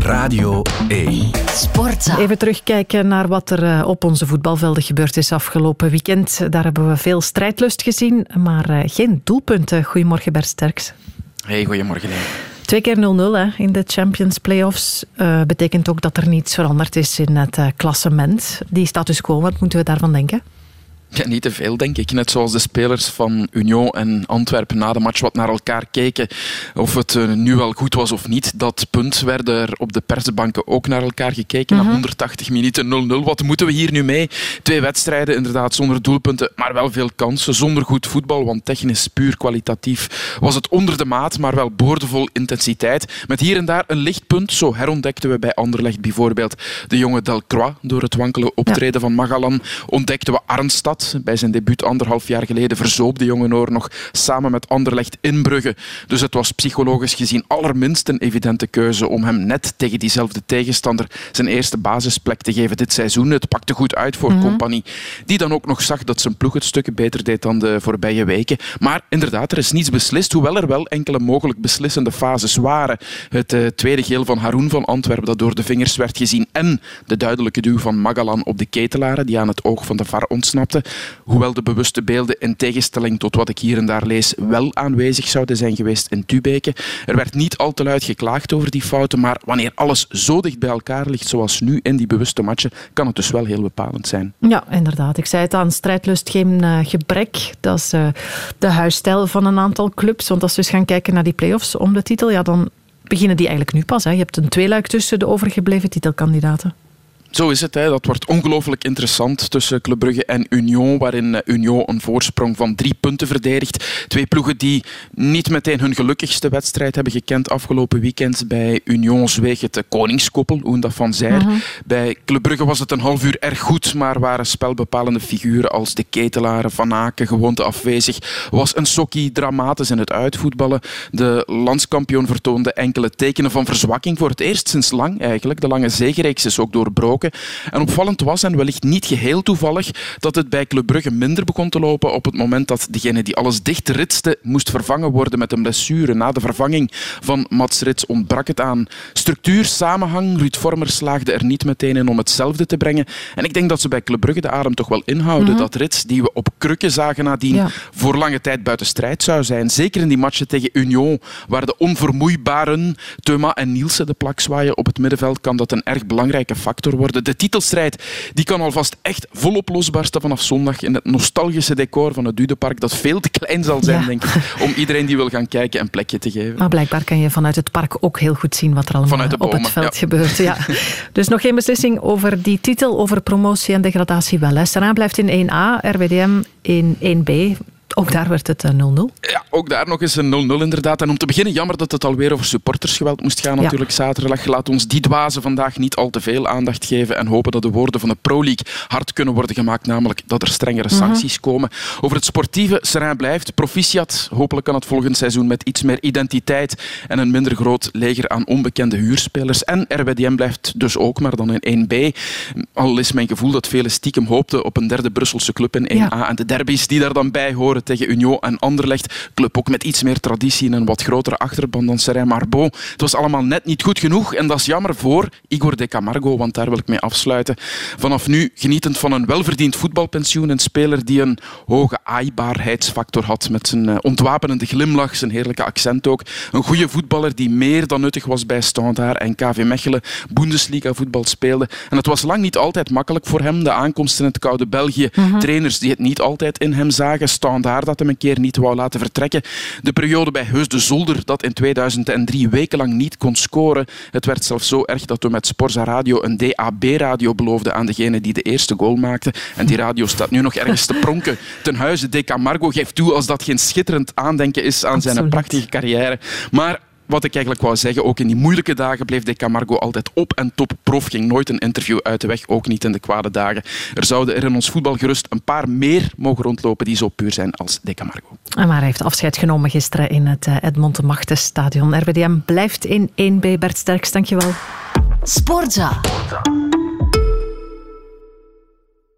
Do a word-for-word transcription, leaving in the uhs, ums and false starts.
Radio één. Sportza. Even terugkijken naar wat er op onze voetbalvelden gebeurd is afgelopen weekend. Daar hebben we veel strijdlust gezien, maar geen doelpunten. Goedemorgen Bert Sterks. Hey, goedemorgen. Twee keer nul nul hè, in de Champions Playoffs. Uh, betekent ook dat er niets veranderd is in het uh, klassement. Die status quo, wat moeten we daarvan denken? Ja, niet te veel, denk ik. Net zoals de spelers van Union en Antwerpen na de match wat naar elkaar keken. Of het uh, nu wel goed was of niet. Dat punt werd er op de persbanken ook naar elkaar gekeken. Mm-hmm. Na honderdtachtig minuten nul nul. Wat moeten we hier nu mee? Twee wedstrijden, inderdaad, zonder doelpunten. Maar wel veel kansen. Zonder goed voetbal. Want technisch, puur kwalitatief was het onder de maat. Maar wel boordevol intensiteit. Met hier en daar een lichtpunt. Zo herontdekten we bij Anderlecht bijvoorbeeld de jonge Delcroix. Door het wankele optreden ja. van Magalan ontdekten we Arnstad. Bij zijn debuut anderhalf jaar geleden verzoop de jonge Noor nog samen met Anderlecht in Brugge. Dus het was psychologisch gezien allerminst een evidente keuze om hem net tegen diezelfde tegenstander zijn eerste basisplek te geven dit seizoen. Het pakte goed uit voor mm-hmm. Compagnie, die dan ook nog zag dat zijn ploeg het stuk beter deed dan de voorbije weken. Maar inderdaad, er is niets beslist, hoewel er wel enkele mogelijk beslissende fases waren. Het uh, tweede geel van Haroun van Antwerpen dat door de vingers werd gezien en de duidelijke duw van Magalan op de ketelaren die aan het oog van de V A R ontsnapte. Hoewel de bewuste beelden in tegenstelling tot wat ik hier en daar lees wel aanwezig zouden zijn geweest in Tubeke. Er werd niet al te luid geklaagd over die fouten, maar wanneer alles zo dicht bij elkaar ligt zoals nu in die bewuste matchen, kan het dus wel heel bepalend zijn. Ja, inderdaad. Ik zei het aan strijdlust geen uh, gebrek. Dat is uh, de huisstijl van een aantal clubs. Want als we eens gaan kijken naar die play-offs om de titel, ja, dan beginnen die eigenlijk nu pas. Hè. Je hebt een tweeluik tussen de overgebleven titelkandidaten. Zo is het. Hè. Dat wordt ongelooflijk interessant tussen Club Brugge en Union, waarin Union een voorsprong van drie punten verdedigt. Twee ploegen die niet meteen hun gelukkigste wedstrijd hebben gekend afgelopen weekend. Bij Union zweeg het koningskoppel, Oenda van Zijr. Uh-huh. Bij Club Brugge was het een half uur erg goed, maar waren spelbepalende figuren als de ketelaren, Van Aken gewoon te afwezig. Was een sokkie dramatisch in het uitvoetballen. De landskampioen vertoonde enkele tekenen van verzwakking. Voor het eerst sinds lang eigenlijk. De lange zegereeks is ook doorbroken. En opvallend was, en wellicht niet geheel toevallig, dat het bij Club Brugge minder begon te lopen op het moment dat degene die alles dicht ritste moest vervangen worden met een blessure. Na de vervanging van Mats Rits ontbrak het aan structuur, samenhang. Ruud Vormer slaagde er niet meteen in om hetzelfde te brengen. En ik denk dat ze bij Club Brugge de adem toch wel inhouden. Mm-hmm. Dat Rits, die we op krukken zagen nadien, ja. voor lange tijd buiten strijd zou zijn. Zeker in die matchen tegen Union, waar de onvermoeibaren Thuma en Nielsen de plak zwaaien op het middenveld, kan dat een erg belangrijke factor worden. De titelstrijd die kan alvast echt volop losbarsten vanaf zondag in het nostalgische decor van het Dudepark, dat veel te klein zal zijn, ja. denk ik, om iedereen die wil gaan kijken een plekje te geven. Maar blijkbaar kan je vanuit het park ook heel goed zien wat er allemaal op het veld ja. gebeurt. Ja. Dus nog geen beslissing over die titel, over promotie en degradatie wel. Seraan blijft in één A, R W D M in één B. Ook daar werd het nul nul. Ja, ook daar nog eens een nul nul inderdaad. En om te beginnen, jammer dat het alweer over supportersgeweld moest gaan natuurlijk ja. zaterdag. Laat ons die dwazen vandaag niet al te veel aandacht geven en hopen dat de woorden van de Pro League hard kunnen worden gemaakt, namelijk dat er strengere sancties mm-hmm. komen. Over het sportieve, Serijn blijft. Proficiat. Hopelijk kan het volgend seizoen met iets meer identiteit en een minder groot leger aan onbekende huurspelers. En R W D M blijft dus ook, maar dan in één B. Al is mijn gevoel dat velen stiekem hoopten op een derde Brusselse club in één A. Ja. En de derbies die daar dan bij horen tegen Union en Anderlecht. Club ook met iets meer traditie en een wat grotere achterban dan Serijn. Maar bon, het was allemaal net niet goed genoeg. En dat is jammer voor Igor de Camargo, want daar wil ik mee afsluiten. Vanaf nu genietend van een welverdiend voetbalpensioen. Een speler die een hoge aaibaarheidsfactor had met zijn ontwapenende glimlach, zijn heerlijke accent ook. Een goede voetballer die meer dan nuttig was bij Standaard en K V Mechelen. Bundesliga voetbal speelde. En het was lang niet altijd makkelijk voor hem. De aankomst in het koude België. Mm-hmm. Trainers die het niet altijd in hem zagen. Standaard dat hem een keer niet wou laten vertrekken. De periode bij Heus de Zolder, dat in tweeduizend drie wekenlang niet kon scoren. Het werd zelfs zo erg dat we met Sporza Radio een D A B-radio beloofden aan degene die de eerste goal maakte. En die radio staat nu nog ergens te pronken. Ten huize de Camargo geeft toe als dat geen schitterend aandenken is aan Absoluut. Zijn prachtige carrière. Maar wat ik eigenlijk wou zeggen, ook in die moeilijke dagen bleef de Camargo altijd op en top prof. Ging nooit een interview uit de weg, ook niet in de kwade dagen. Er zouden er in ons voetbal gerust een paar meer mogen rondlopen die zo puur zijn als de Camargo. Maar hij heeft afscheid genomen gisteren in het Edmond de Machtens stadion. R W D M blijft in één B. Bert Sterks, dankjewel. Sportza.